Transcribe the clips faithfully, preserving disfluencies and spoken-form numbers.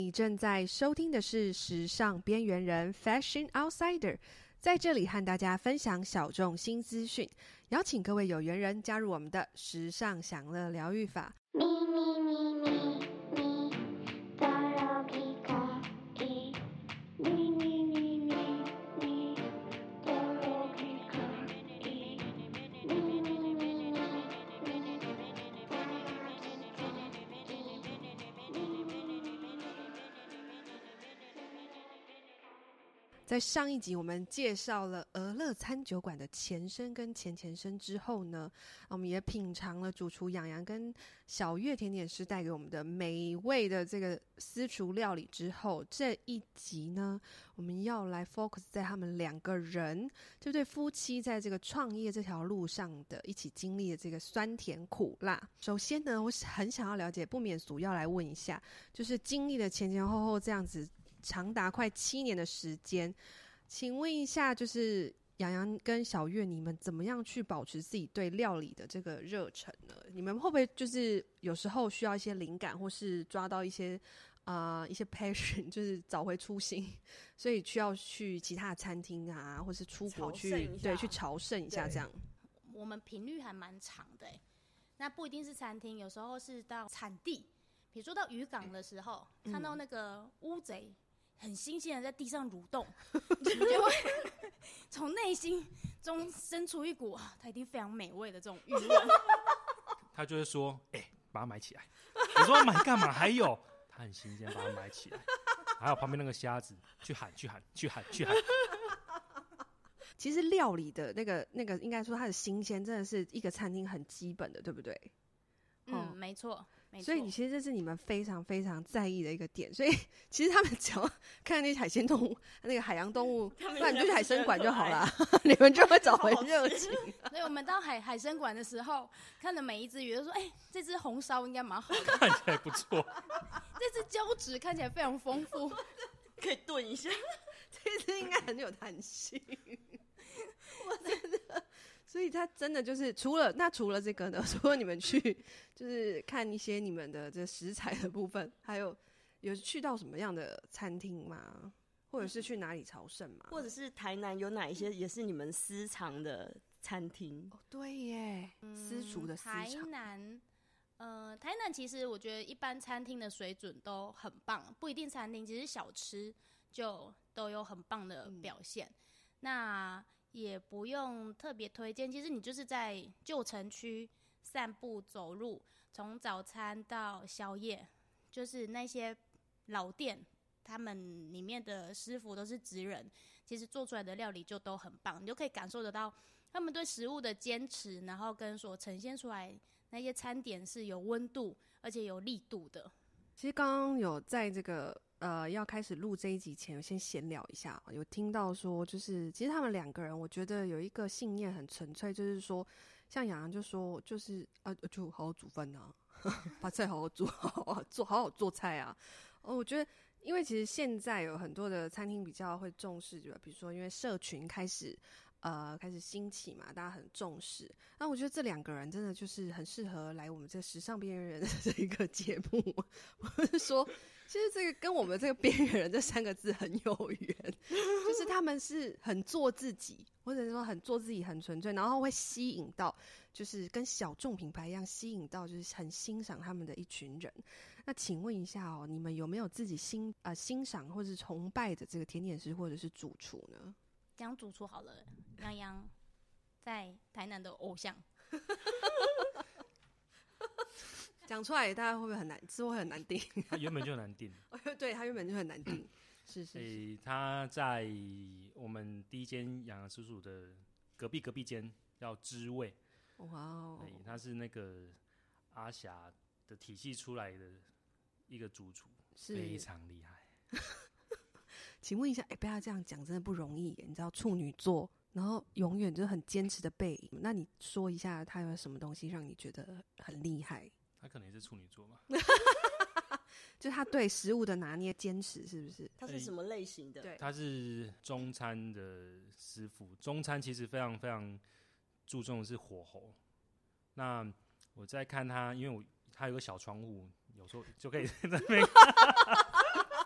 你正在收听的是时尚边缘人 Fashion Outsider， 在这里和大家分享小众新资讯，邀请各位有缘人加入我们的时尚享乐疗愈法。在上一集我们介绍了俄乐餐酒馆的前身跟前前身之后呢，我们也品尝了主厨洋洋跟小月甜点师带给我们的美味的这个私厨料理之后，这一集呢我们要来 focus 在他们两个人这对夫妻在这个创业这条路上的一起经历的这个酸甜苦辣。首先呢，我很想要了解，不免俗要来问一下，就是经历了前前后后这样子长达快七年的时间，请问一下，就是洋洋跟小月，你们怎么样去保持自己对料理的这个热忱呢？你们会不会就是有时候需要一些灵感，或是抓到一些呃一些 passion， 就是找回初心，所以需要去其他的餐厅啊，或是出国去对去朝圣一下这样？ 我们频率还蛮长的欸，那不一定是餐厅，有时候是到产地，比如说到渔港的时候，嗯、看到那个乌贼很新鲜的在地上蠕动，你就会从内心中生出一股它一定非常美味的这种欲望。 他就会说：“哎、欸，把它买起来。”我说：“买干嘛？还有，它很新鲜，把它买起来。”还有旁边那个虾子，去喊，去喊，去喊，去喊。 其实料理的那个那个，应该说它的新鲜，真的是一个餐厅很基本的，对不对？ 嗯，哦、没错。 所以你其实这是你们非常非常在意的一个点，所以其实他们只要看那些海鲜动物、那个海洋动物，不然你就去海参馆就好了，你们就会找回热情。 所以我们到海海参馆的时候，看着每一只鱼，都说：“哎、欸，这只红烧应该蛮好的， 看起来不错。 这只胶质看起来非常丰富， 可以炖一下， 这只应该很有弹性。”我真的。所以他真的就是除了那除了这个呢，除了你们去就是看一些你们的这食材的部分，还有有去到什么样的餐厅吗？或者是去哪里朝圣吗？ 或者是台南有哪一些也是你们私藏的餐厅？ 哦，对耶，嗯、私厨的私藏。 台南，呃，台南其实我觉得一般餐厅的水准都很棒，不一定餐厅，其实小吃就都有很棒的表现。嗯、那也不用特别推荐，其实你就是在旧城区散步走路，从早餐到宵夜，就是那些老店，他们里面的师傅都是职人，其实做出来的料理就都很棒，你就可以感受得到他们对食物的坚持，然后跟所呈现出来那些餐点是有温度而且有力度的。 其实刚刚有在这个呃，要开始录这一集前，我先闲聊一下，有听到说，就是其实他们两个人，我觉得有一个信念很纯粹，就是说，像洋洋就说，就是呃，就好好煮饭啊，把菜好好煮，好好做，好好做菜啊。哦，我觉得，因为其实现在有很多的餐厅比较会重视，比如说因为社群开始。呃，开始兴起嘛，大家很重视。那我觉得这两个人真的就是很适合来我们这时尚边缘人的这一个节目。我是说，其实这个跟我们这个边缘人这三个字很有缘，就是他们是很做自己，或者说很做自己，很纯粹，然后会吸引到，就是跟小众品牌一样，吸引到就是很欣赏他们的一群人。那请问一下哦，你们有没有自己欣呃欣赏或是崇拜的这个甜点师或者是主厨呢？ 讲主厨好了，洋洋在台南的偶像， 讲出来大家会不会很难？是会很难定？ 他原本就很难定， 对他原本就很难定，是是是、 欸。他在我们第一间洋洋叔叔的隔壁隔壁间叫知味，哇哦，欸，他是那个阿霞的体系出来的一个主厨，非常厉害。 请问一下，哎、欸，不要这样讲，真的不容易耶。你知道处女座，然后永远就是很坚持的背影。那你说一下，他有什么东西让你觉得很厉害？ 他可能也是处女座吧。 就他对食物的拿捏坚持，是不是？ 他是什么类型的？ 对， 他是中餐的师傅。中餐其实非常非常注重的是火候。那我在看他，因为我他有个小窗户，有时候就可以在那边。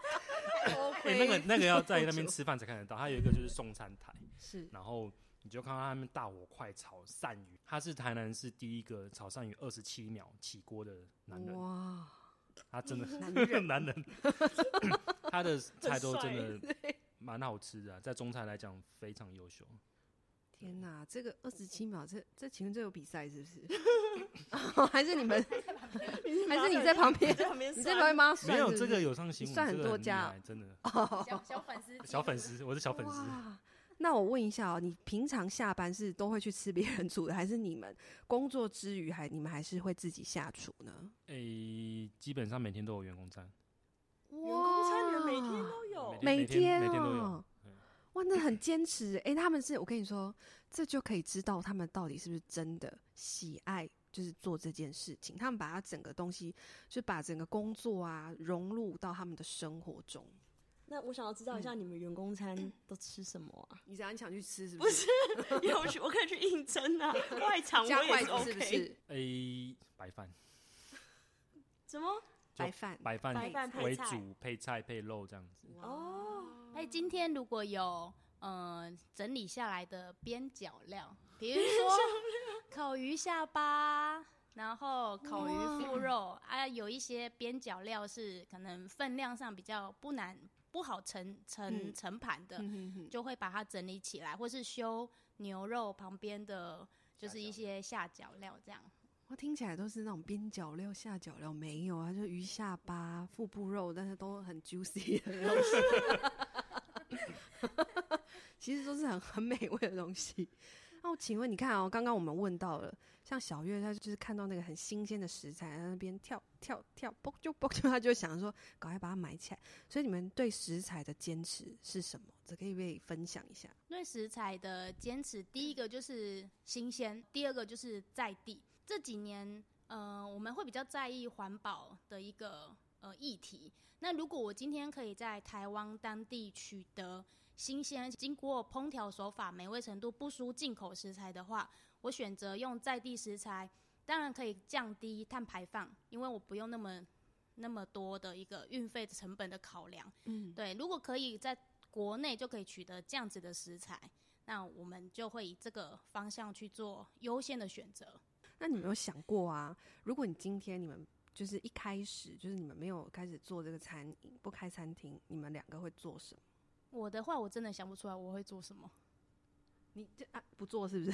对，那个那个要在那边吃饭才看得到。它有一个就是送餐台， 是， 然后你就看到他们大火快炒鳝鱼，他是台南市第一个炒鳝鱼二十七秒起锅的男人。哇，他真的男人， 男人他的菜都真的蛮好吃的、啊，在中餐来讲非常优秀。 天哪，这个二十七秒，这这请问这有比赛是不是？还是你们？还是你在旁边？你在旁边帮他算？ 没有，这个有上新闻， 算很多家， 真的。 小小粉丝， 小粉丝，我是小粉丝。 那我问一下哦，你平常下班是都会去吃别人煮的，还是你们工作之余还你们还是会自己下厨呢？ 诶、欸，基本上每天都有员工餐。 员工餐你们每天都有， 每天、哦、 每天都有。 哇，那很坚持哎、欸！他们是我跟你说，这就可以知道他们到底是不是真的喜爱，就是做这件事情。他们把他整个东西，就把整个工作啊融入到他们的生活中。 那我想要知道一下，你们员工餐都吃什么啊？ 你想你想去吃是不是？不是，有去我可以去应征啊，外场我也是 OK。 是不是？ 诶，白饭。 什么？ 白饭， 白饭为主，配菜配肉这样子。 哦，哎，今天如果有呃整理下来的边角料，比如说烤鱼下巴，然后烤鱼腹肉啊，有一些边角料是可能分量上比较不难、不好盛盛盛盘的，嗯、就会把它整理起来，或是修牛肉旁边的，就是一些下脚料这样。 我听起来都是那种边角料、下脚料，没有啊，就鱼下巴、腹部肉，但是都很 juicy 的东西。其实都是很很美味的东西。那我请问，你看哦，刚刚我们问到了，像小月，她就是看到那个很新鲜的食材，在那边跳跳跳，啵就啵就，她就想说，赶快把它买起来。所以你们对食材的坚持是什么？这可以不可以分享一下？ 对食材的坚持，第一个就是新鲜，第二个就是在地。这几年，呃，我们会比较在意环保的一个呃议题。那如果我今天可以在台湾当地取得新鲜、经过烹调手法、美味程度不输进口食材的话，我选择用在地食材，当然可以降低碳排放，因为我不用那么那么多的一个运费成本的考量。嗯，对，如果可以在国内就可以取得这样子的食材，那我们就会以这个方向去做优先的选择。 那你们有想过啊？如果你今天你们就是一开始就是你们没有开始做这个餐饮，不开餐厅，你们两个会做什么？ 我的话，我真的想不出来我会做什么。 你这啊不做是不是？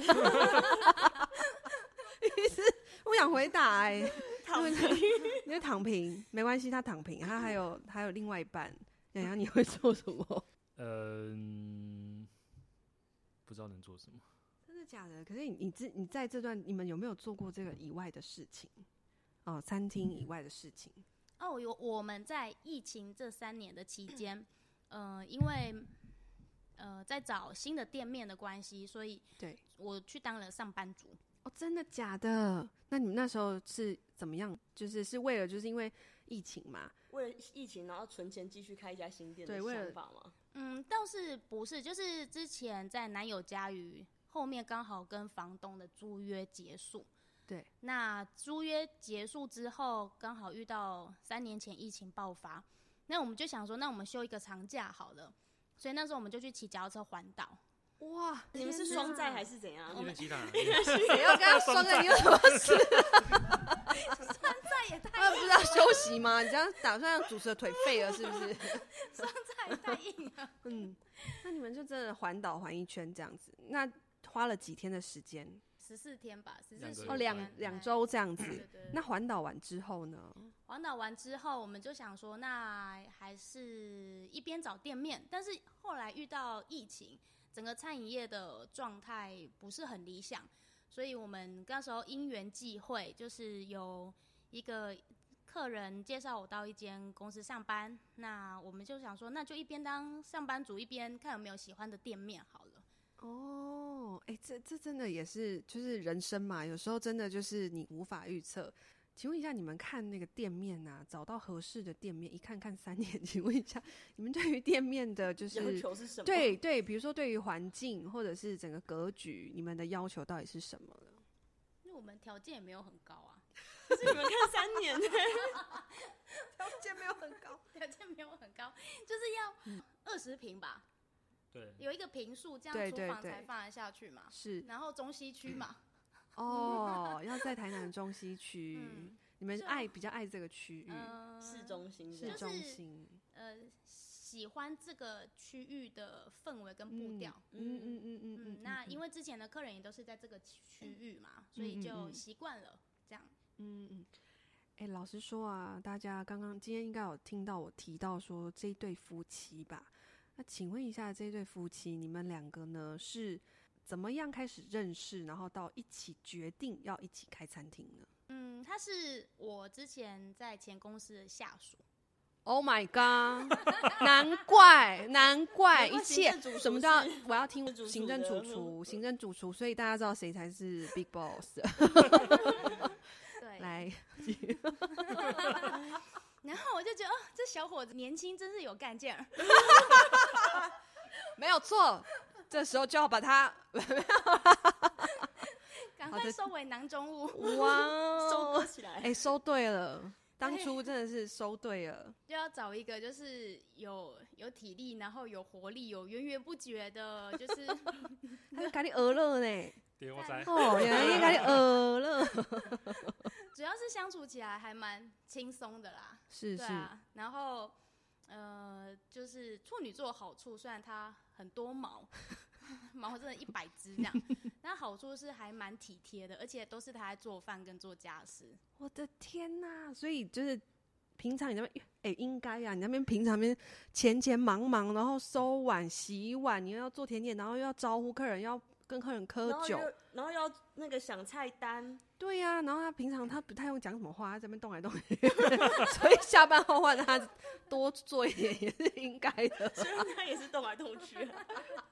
我想回答哎、欸， 躺平， 因为躺平没关系，他躺平，他还有还有另外一半。然后你会做什么？ 嗯、呃，不知道能做什么。 真的假的？可是你你自你在这段你们有没有做过这个以外的事情？哦，餐厅以外的事情。 哦，有我们在疫情这三年的期间，呃，因为呃在找新的店面的关系，所以对我去当了上班族。 哦，真的假的？那你们那时候是怎么样？就是是为了就是因为疫情嘛？ 为了疫情，然后存钱继续开一家新店的想法吗？ 嗯，倒是不是，就是之前在南友家鱼后面刚好跟房东的租约结束。 对， 那租约结束之后，刚好遇到三年前疫情爆发，那我们就想说，那我们休一个长假好了，所以那时候我们就去骑脚踏车环岛。 哇， 你们是双载还是怎样？ 我们骑哪？ 谁要跟他双载？你有什么事？ 双载也太…… 他们不是要休息吗？你这样打算让主持的腿废了是不是？ 双载也太硬了。 嗯，那你们就真的环岛环一圈这样子，那花了几天的时间？ 十四天吧，十四哦，两两周这样子。 对对对。 那环岛完之后呢？ 环岛完之后，我们就想说，那还是一边找店面，但是后来遇到疫情，整个餐饮业的状态不是很理想，所以我们那时候因缘际会，就是有一个客人介绍我到一间公司上班，那我们就想说，那就一边当上班族，一边看有没有喜欢的店面好了。 哦，哎、欸，这这真的也是就是人生嘛，有时候真的就是你无法预测。请问一下，你们看那个店面啊，找到合适的店面，一看看三年，请问一下，你们对于店面的就是要求是什么？ 对对，比如说对于环境或者是整个格局，你们的要求到底是什么呢？ 因为我们条件也没有很高啊。 可是你们看三年呢， 条件没有很高， 条件没有很高，就是要二十平吧。 对， 有一个平数，这样厨房对对对才放得下去嘛。 是， 然后中西区嘛。 哦，要在台南中西区， 嗯你们爱比较爱这个区域， 呃市中心市中心， 呃，喜欢这个区域的氛围跟步调。 嗯嗯嗯嗯嗯嗯，那因为之前的客人也都是在这个区域嘛， 嗯所以就习惯了这样。 嗯嗯。哎、欸，老实说啊，大家刚刚今天应该有听到我提到说这一对夫妻吧？那请问一下，这一对夫妻，你们两个呢是怎么样开始认识，然后到一起决定要一起开餐厅呢？ 嗯，他是我之前在前公司的下属。 Oh my god！ 难怪，难怪一切什么都要，我要听行政主厨，行政主厨，所以大家知道谁才是 Big Boss。 对， 来， 然后我就觉得，哦，这小伙子年轻，真是有干劲儿。 没有错，这时候就要把他赶快收为囊中物。 哇， 收割起来。 哎、欸，收对了。当初真的是收对了， 就要找一个就是有有体力，然后有活力，有源源不绝的，就是他就赶紧鹅乐呢。 对，我知。 哦，原来赶紧鹅乐。 主要是相处起来还蛮轻松的啦。 是是。 啊、然后呃，就是处女座好处，虽然它很多毛。毛真的一百只这样，但好处是还蛮体贴的，而且都是他在做饭跟做家事。 我的天哪！所以就是平常你那边哎、欸，应该呀、啊，你那边平常边前前忙忙，然后收碗、洗碗，你又要做甜点，然后又要招呼客人，要跟客人喝酒， 然后, 然后要那个想菜单。 对呀、啊，然后他平常他不太会讲什么话，他在那边动来动去，所以下班后换他多做一点也是应该的。 所以他也是动来动去、啊。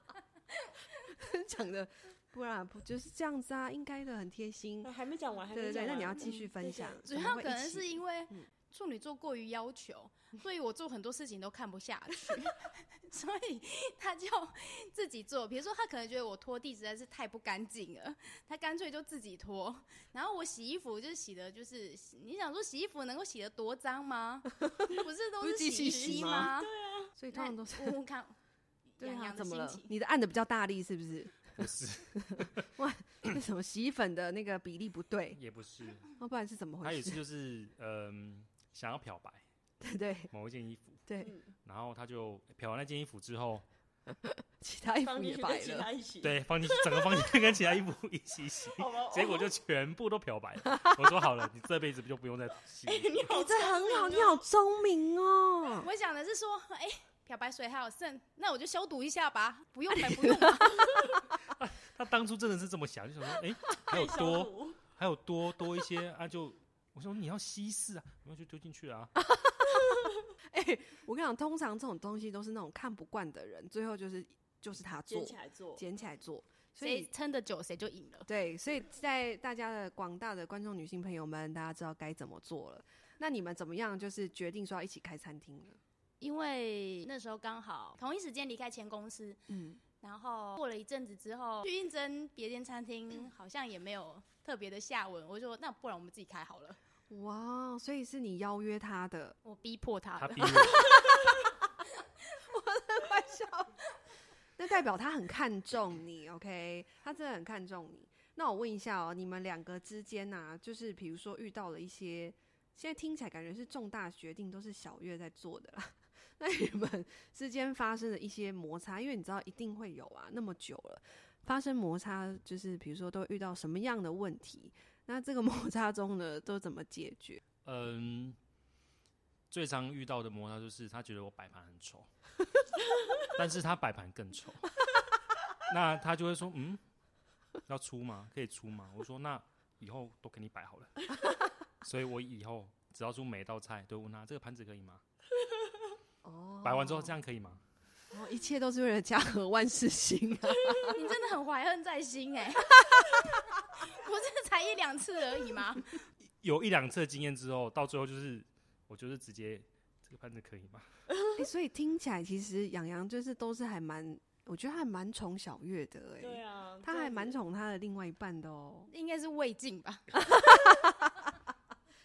讲的，不然不就是这样子啊？应该的，很贴心。 还没讲完，还没对对对， 讲完。 那你要继续分享。 嗯、主要可能是因为处女座过于要求，所以我做很多事情都看不下去，所以他就自己做。比如说，他可能觉得我拖地实在是太不干净了，他干脆就自己拖。然后我洗衣服就是洗的，就是你想说洗衣服能够洗得多脏吗？不是都是洗衣机吗？ 对啊，所以通常都是我看。 对啊，怎么了？ 你的按的比较大力是不是？ 不是。 哇，为什么洗衣粉的那个比例不对？ 也不是。 哦，不然是怎么回事？ 他有一次就是嗯、呃，想要漂白， 对对， 某一件衣服， 对， 然后他就漂完那件衣服之后， 其他衣服也白了， 对，放进去整个房间跟其他衣服一起洗，结果就全部都漂白了。我说好了，你这辈子就不用再洗。 哎、欸，你好、 欸，这很好，你好聪明哦。 我想的是说，哎、欸。漂白水还有剩，那我就消毒一下吧，不用白不用吧。 他, 他当初真的是这么想，就想说，哎、欸，还有多，还有多多一些啊，就我说你要稀释啊，然后就丢进去啊。 哎、欸，我跟你讲，通常这种东西都是那种看不惯的人，最后就是就是他做， 捡起来做， 捡起来做， 所以撑得久谁就赢了。 对，所以在大家的广大的观众女性朋友们，大家知道该怎么做了。那你们怎么样？就是决定说要一起开餐厅呢？ 因为那时候刚好同一时间离开前公司，嗯，然后过了一阵子之后去应征别间餐厅，好像也没有特别的下文。我就说那不然我们自己开好了。 哇，所以是你邀约他的？ 我逼迫他的。 他逼我。 我的快笑。那代表他很看重你 ，OK？ 他真的很看重你。那我问一下哦，你们两个之间啊，就是比如说遇到了一些，现在听起来感觉是重大决定都是小月在做的啦。那你们之间发生的一些摩擦，因为你知道一定会有啊，那么久了发生摩擦，就是比如说都遇到什么样的问题？那这个摩擦中呢，都怎么解决？ 嗯，最常遇到的摩擦就是他觉得我摆盘很丑，但是他摆盘更丑，那他就会说，嗯，要出吗？可以出吗？我说那以后都给你摆好了，所以我以后只要出每一道菜都问他这个盘子可以吗？ 哦， 摆完之后这样可以吗？ 哦，一切都是为了家和万事兴啊！ 你真的很怀恨在心哎、欸，不是才一两次而已吗？ 有一两次的经验之后，到最后就是我就是直接这个盘子可以吗？ 欸、所以听起来其实洋洋就是都是还蛮，我觉得还蛮宠小月的哎、欸。 对啊， 他还蛮宠他的另外一半的哦、喔。 应该是魏晋吧？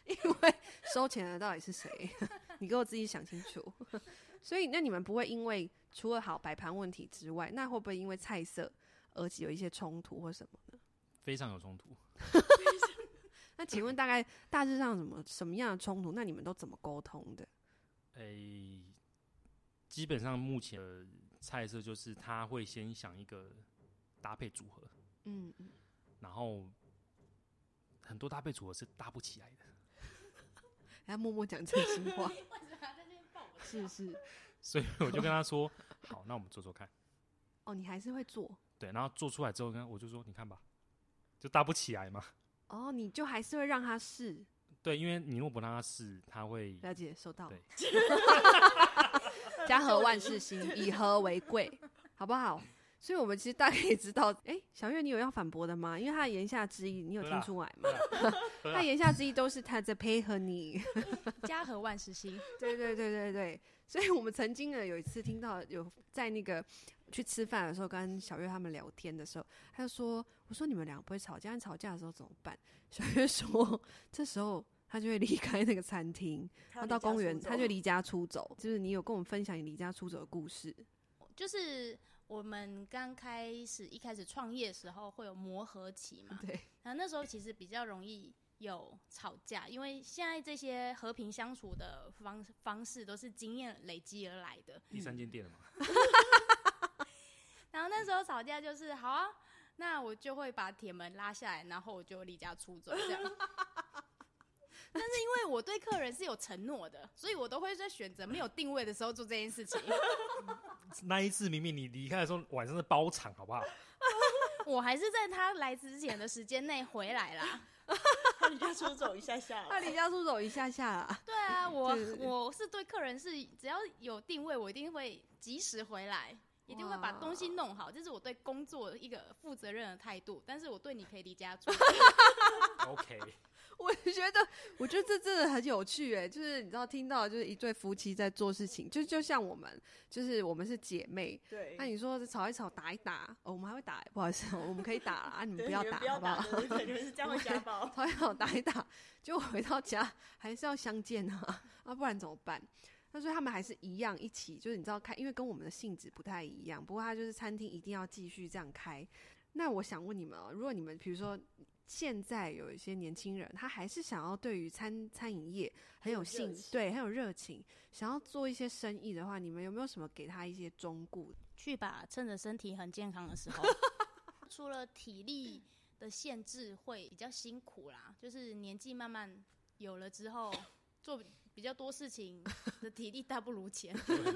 因为收钱的到底是谁？你给我自己想清楚。所以那你们不会因为除了好摆盘问题之外，那会不会因为菜色而有一些冲突或什么呢？ 非常有冲突。 那请问大概大致上什么什么样的冲突？那你们都怎么沟通的？ 诶、欸，基本上目前的菜色就是他会先想一个搭配组合，嗯嗯，然后很多搭配组合是搭不起来的。 还要默默讲真心话。是是， 所以我就跟他说：“好，那我们做做看。” 哦，你还是会做？ 对，然后做出来之后，我就说：“你看吧，就搭不起来嘛。” 哦，你就还是会让他试？ 对，因为你如果不让他试，他会了解收到。 对， 家和万事兴，以和为贵，好不好？所以我们其实大概也知道，哎、欸，小月，你有要反驳的吗？因为他的言下之意，你有听出来吗？他言下之意都是他在配合你， 家和万事兴。 对对对对对，所以我们曾经呢有一次听到有在那个去吃饭的时候，跟小月他们聊天的时候，他就说：“我说你们两个不会吵架，你吵架的时候怎么办？”小月说：“这时候他就会离开那个餐厅，他到公园，他就离家出走。就是你有跟我们分享你离家出走的故事， 就是我们刚开始一开始创业的时候会有磨合期嘛， 对， 然后那时候其实比较容易有吵架，因为现在这些和平相处的方方式都是经验累积而来的。 第三间店了嘛。 然后那时候吵架就是好啊，那我就会把铁门拉下来，然后我就离家出走这样。但是因为我对客人是有承诺的，所以我都会在选择没有定位的时候做这件事情。 那一次明明你离开的时候晚上是包场，好不好？ 我还是在他来之前的时间内回来啦。 他离家出走一下下， 他离家出走一下下啦。 对啊，我我是对客人是只要有定位，我一定会及时回来。一定会把东西弄好，这是我对工作一个负责任的态度。但是我对你可以离家出走。 OK， 我觉得，我觉得这真的很有趣哎，就是你知道，听到就是一对夫妻在做事情，就就像我们，就是我们是姐妹， 对。 那你说吵一吵，打一打，哦、我们还会打，不好意思，我们可以打啊，你们不要打，好不好？ 对对，你们是这样会家暴。 吵一吵，打一打，就回到家还是要相见啊，啊，不然怎么办？那所以他们还是一样一起，就是你知道开，因为跟我们的性质不太一样。不过他就是餐厅一定要继续这样开。那我想问你们哦，如果你们比如说现在有一些年轻人，他还是想要对于餐餐饮业很有兴趣，对，很有热情，想要做一些生意的话，你们有没有什么给他一些忠告？ 去吧，趁着身体很健康的时候。除了体力的限制会比较辛苦啦，就是年纪慢慢有了之后做比较多事情的体力大不如前。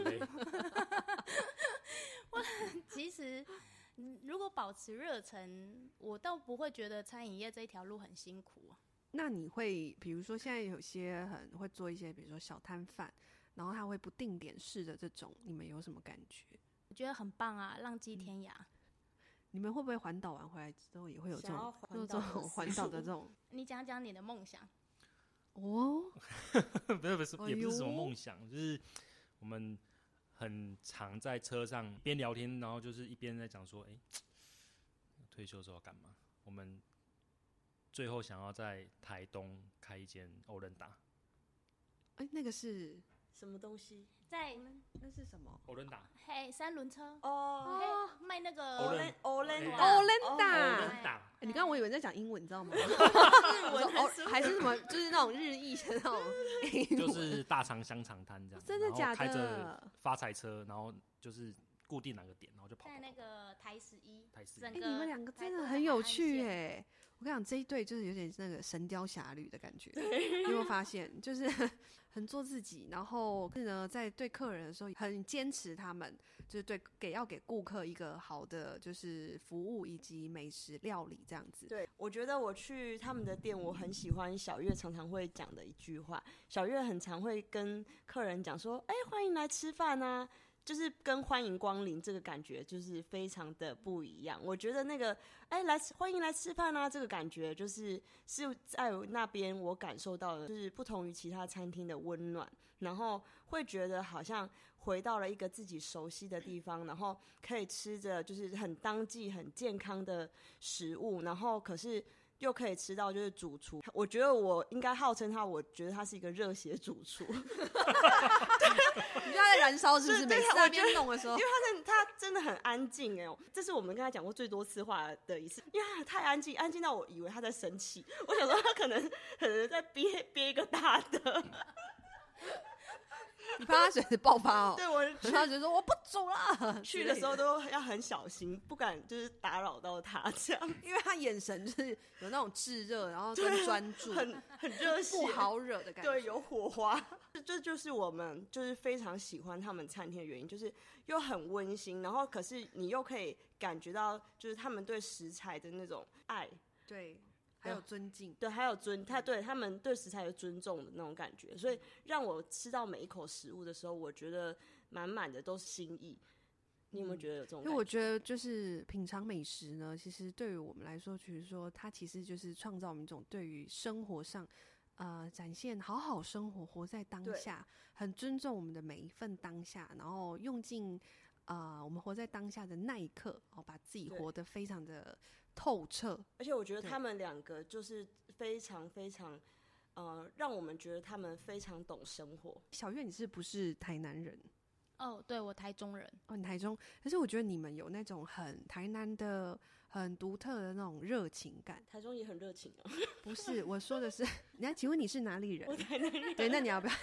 我其实如果保持热忱，我倒不会觉得餐饮业这一条路很辛苦。 那你会比如说现在有些很会做一些比如说小摊贩，然后他会不定点式的这种，你们有什么感觉？ 我觉得很棒啊，浪迹天涯。嗯， 你们会不会环岛完回来之后也会有这种这种环岛的这种？ 你讲讲你的梦想。 哦， 不是不是，也不是什么梦想，就是我们很常在车上边聊天，然后就是一边在讲说，哎、欸，退休之后干嘛？我们最后想要在台东开一间欧伦达。 哎、欸，那个是什么东西？ 在那是什么？ 欧伦达。 嘿，三轮车哦， 卖那个欧伦欧伦欧伦达。 欧伦达。 你刚刚我以为在讲英文，你知道吗？ 日文还是什么？就是那种日译的那种英文， 就是大肠香肠摊这样。 真的假的？ 开着发财车，然后就是固定哪个点，然后就跑。 在那个台十一。 台十一。 哎、欸，你们两个真的很有趣哎！我跟你讲，这一对就是有点那个神雕侠侣的感觉。你有没有发现？就是很做自己，然后呢，在对客人的时候很坚持，他们就是对给要给顾客一个好的就是服务以及美食料理这样子。 对，我觉得我去他们的店，我很喜欢小月常常会讲的一句话。小月很常会跟客人讲说：“哎、欸，欢迎来吃饭啊！”就是跟欢迎光临这个感觉就是非常的不一样。我觉得那个哎、欸、来欢迎来吃饭啊，这个感觉就是是在那边我感受到的，就是不同于其他餐厅的温暖，然后会觉得好像回到了一个自己熟悉的地方，然后可以吃着就是很当季很健康的食物，然后可是又可以吃到就是主厨，我觉得我应该号称他，我觉得他是一个热血主厨。 你觉得他在燃烧是不是？每次在那边弄的时候， 因为他真他真的很安静哎，这是我们跟他讲过最多次话的一次，因为他太安静，安静到我以为他在生气，我想说他可能可能在憋憋一个大的。 你怕他随时爆发哦？ 对，我他就说我不煮了。 去的时候都要很小心，不敢就是打扰到他这样， 因为他眼神就是有那种炙热，然后跟专注， 很很热血， 不好惹的感觉。 对，有火花。这就是我们就是非常喜欢他们餐厅的原因，就是又很温馨，然后可是你又可以感觉到就是他们对食材的那种爱。 对。还有尊敬， 对，还有尊，他对他们对食材有尊重的那种感觉，所以让我吃到每一口食物的时候，我觉得满满的都是心意。你有没有觉得有这种感觉？ 因为我觉得就是品尝美食呢，其实对于我们来说，其实说它其实就是创造我们一种对于生活上，呃，展现好好生活，活在当下，很尊重我们的每一份当下，然后用尽啊、呃，我们活在当下的那一刻，哦，把自己活得非常的透彻。 而且我觉得他们两个就是非常非常，呃，让我们觉得他们非常懂生活。 小月，你是不是台南人？ 哦，对，我台中人。 哦，你台中，可是我觉得你们有那种很台南的、很独特的那种热情感。 台中也很热情啊。 不是，我说的是，那请问你是哪里人？ 我台南人。 对，那你要不要？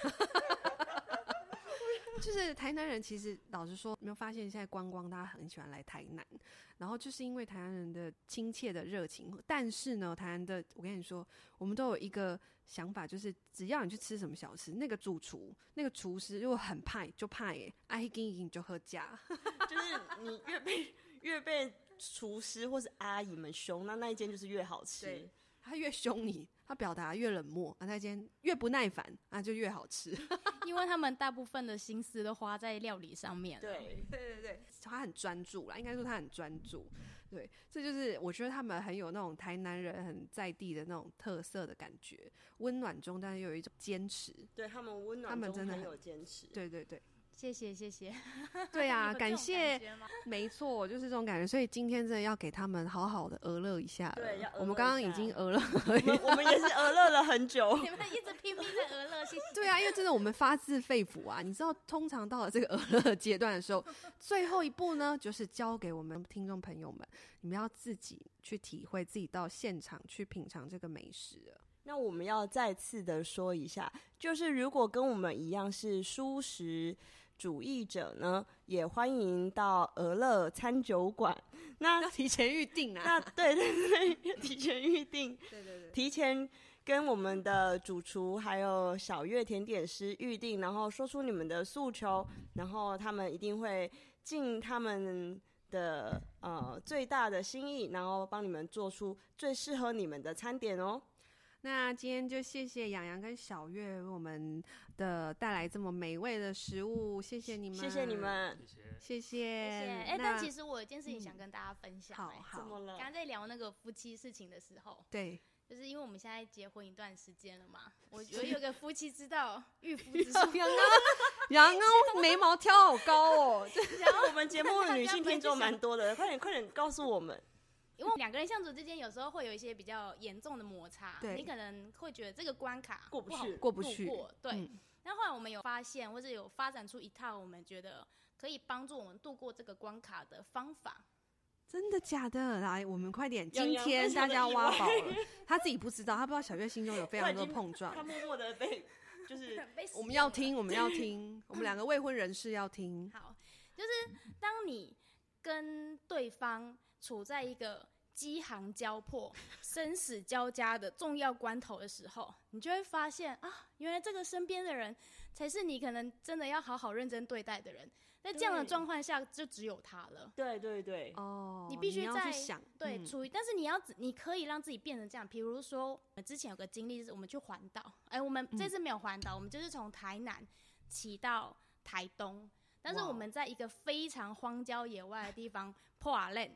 就是台南人，其实老实说，没有发现现在观光大家很喜欢来台南，然后就是因为台南人的亲切的热情。但是呢，台南的，我跟你说，我们都有一个想法，就是只要你去吃什么小吃，那个主厨、那个厨师如果很派，就派耶，爱跟你就喝假。 就是你越被越被厨师或是阿姨们凶，那那一间就是越好吃。 对，他越凶你，他表达越冷漠，啊，那间越不耐烦，啊，就越好吃。 因为他们大部分的心思都花在料理上面了。 对对对对，他很专注啦，应该说他很专注。对，这就是我觉得他们很有那种台南人很在地的那种特色的感觉，温暖中但是又有一种坚持。 对，他们温暖， 他们真的很有坚持。 对对对。 谢谢谢谢， 对啊，感谢，没错，就是这种感觉。所以今天真的要给他们好好的讹乐一下了。 对，要我们刚刚已经讹乐， 我们我们也是讹乐了很久。 你们一直拼命在讹乐，谢谢。 对啊，因为真的我们发自肺腑啊。你知道，通常到了这个讹乐阶段的时候，最后一步呢，就是交给我们听众朋友们，你们要自己去体会，自己到现场去品尝这个美食了。 那我们要再次的说一下，就是如果跟我们一样是蔬食主义者呢，也欢迎到俄乐餐酒馆。那要提前预定啊！ 那对对对，提前预定， 对对对， 提前跟我们的主厨还有小月甜点师预定，然后说出你们的诉求，然后他们一定会尽他们的呃最大的心意，然后帮你们做出最适合你们的餐点哦。 那今天就谢谢洋洋跟小月为我们的带来这么美味的食物，谢谢你们， 谢谢你们， 谢谢，谢谢。哎、欸，但其实我有一件事情想跟大家分享、欸。 好好， 怎么了？ 刚刚在聊那个夫妻事情的时候， 对， 就是因为我们现在结婚一段时间了嘛，我我有个夫妻之道，御夫之术。 洋洋，洋洋眉毛挑好高哦。 然后我们节目女性听众蛮多的，快点快点告诉我们。 因为两个人相处之间，有时候会有一些比较严重的摩擦，你可能会觉得这个关卡过不去， 过不去。 过对，嗯、但后来我们有发现，或者有发展出一套我们觉得可以帮助我们度过这个关卡的方法。 真的假的？来，我们快点，今天大家挖宝了。他自己不知道，他不知道小月心中有非常多的碰撞， 他默默的被就是我们要听，我们要听，我们两个未婚人士要听。 好，就是当你跟对方处在一个饥寒交迫、生死交加的重要关头的时候，你就会发现啊，原来这个身边的人才是你可能真的要好好认真对待的人。在这样的状况下，就只有他了。 对对对， 哦， 你必须在想对处于、嗯，但是你要你可以让自己变成这样。比如说，我们之前有个经历是，我们去环岛，哎，我们这次没有环岛、嗯，我们就是从台南骑到台东。但是我们在一个非常荒郊野外的地方破烂，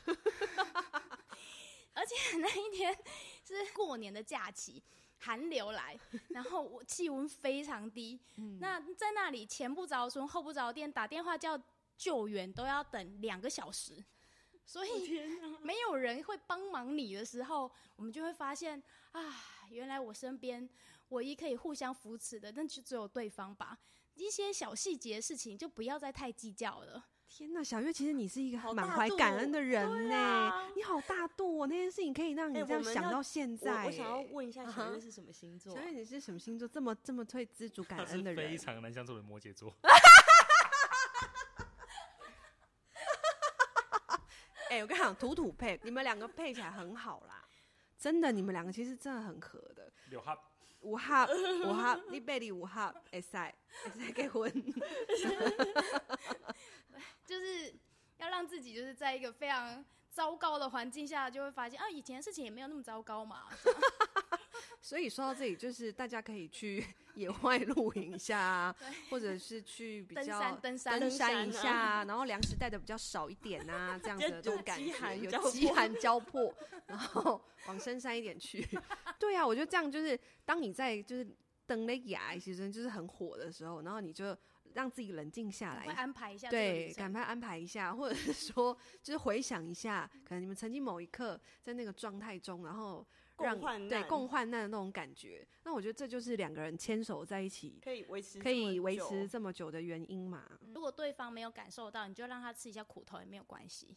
而且那一天是过年的假期，寒流来，然后气温非常低、嗯，那在那里前不着村后不着店，打电话叫救援都要等两个小时。 所以没有人会帮忙你的时候，我们就会发现啊，原来我身边唯一可以互相扶持的，那就只有对方吧。一些小细节的事情就不要再太计较了。 天哪，小月，其实你是一个满怀感恩的人呢、啊，你好大度哦！那件事情可以让你这样想到现在、欸我。我想要问一下小月是什么星座、啊？ 小月你是什么星座？这么这么会知足感恩的人， 非常难相处的摩羯座。 哎、欸，我跟你讲，土土配，你们两个配起来很好啦，真的，你们两个其实真的很合的。 有合， 有合，有合，你背里有合，会使，会使结婚。 就是要让自己就是在一个非常糟糕的环境下，就会发现啊，以前的事情也没有那么糟糕嘛。 所以说到这里，就是大家可以去野外露营一下、啊，或者是去比较登山登山一下、啊，然后粮食带的比较少一点啊，这样子的这种感觉，有饥寒交迫，然后往深山一点去。对啊，我觉得这样就是当你在就是登那崖其实就是很火的时候，然后你就让自己冷静下来， 安排一下， 对，赶快安排一下，或者是说，就是回想一下，可能你们曾经某一刻在那个状态中，然后让共患难， 对共患难的那种感觉。那我觉得这就是两个人牵手在一起， 可以维持可以维持这么久的原因嘛。 如果对方没有感受到，你就让他吃一下苦头也没有关系。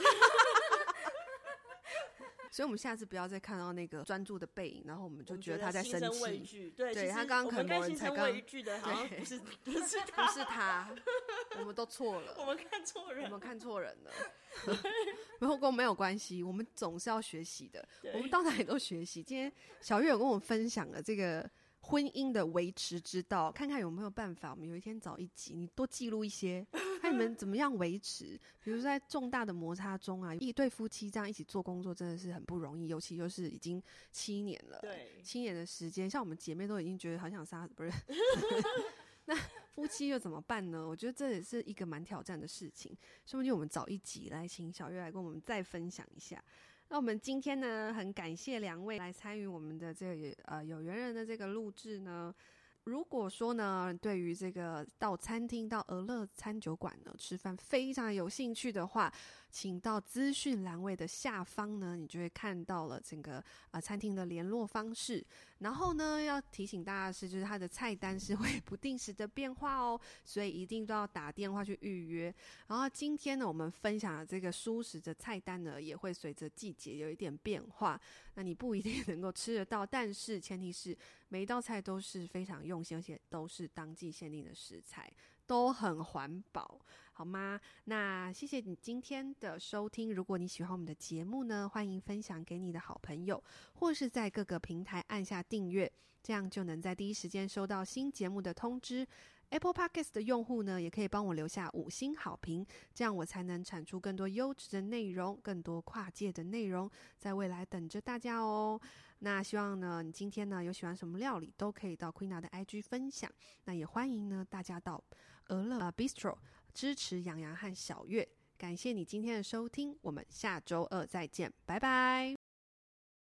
所以我们下次不要再看到那个专注的背影，然后我们就觉得他在生气。 对， 对他刚刚可能某人才刚畏惧的，好像不是不是他， 不是他，我们都错了， 我们看错人， 我们看错人了。不过没有关系，我们总是要学习的，我们到哪里都学习。今天小月有跟我们分享了这个婚姻的维持之道，看看有没有办法，我们有一天找一集，你多记录一些，看你们怎么样维持。比如说在重大的摩擦中啊，一对夫妻这样一起做工作真的是很不容易，尤其又是已经七年了， 对， 七年的时间，像我们姐妹都已经觉得好想杀，不是？那夫妻又怎么办呢？我觉得这也是一个蛮挑战的事情，说不定我们找一集来请小月来跟我们再分享一下。那我们今天呢，很感谢两位来参与我们的这个呃有缘人的这个录制呢。如果说呢，对于这个到餐厅到俄乐餐酒馆呢吃饭非常有兴趣的话，请到资讯栏位的下方呢，你就会看到了整个呃餐厅的联络方式。然后呢，要提醒大家的是，就是它的菜单是会不定时的变化哦，所以一定都要打电话去预约。然后今天呢，我们分享的这个蔬食的菜单呢，也会随着季节有一点变化。那你不一定能够吃得到，但是前提是每一道菜都是非常用心，而且都是当季限定的食材，都很环保，好吗？那谢谢你今天的收听。如果你喜欢我们的节目呢，欢迎分享给你的好朋友，或是在各个平台按下订阅，这样就能在第一时间收到新节目的通知。Apple Podcast 的用户呢，也可以帮我留下五星好评，这样我才能产出更多优质的内容，更多跨界的内容，在未来等着大家哦。那希望呢，你今天呢有喜欢什么料理，都可以到 Queena 的 I G 分享。那也欢迎呢大家到俄乐 Bistro 支持洋洋和小月。感谢你今天的收听，我们下周二再见，拜拜。